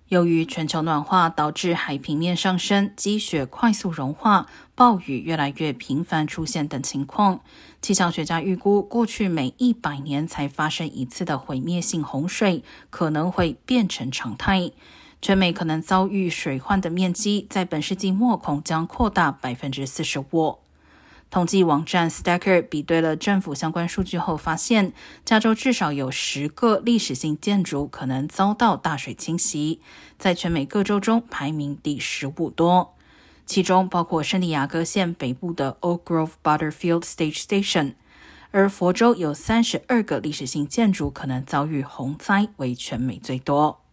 由于全球暖化导致海平面上升、积雪快速融化、暴雨越来越频繁出现等情况，气象学家预估过去每100年才发生一次的毁灭性洪水可能会变成常态。全美可能遭遇水患的面积在本世纪末恐将扩大 45%。统计网站 Stacker 比对了政府相关数据后发现，加州至少有10个历史性建筑可能遭到大水侵袭，在全美各州中排名第15多，其中包括圣地亚哥县北部的 Oak Grove Butterfield Stage Station， 而佛州有32个历史性建筑可能遭遇洪灾，为全美最多。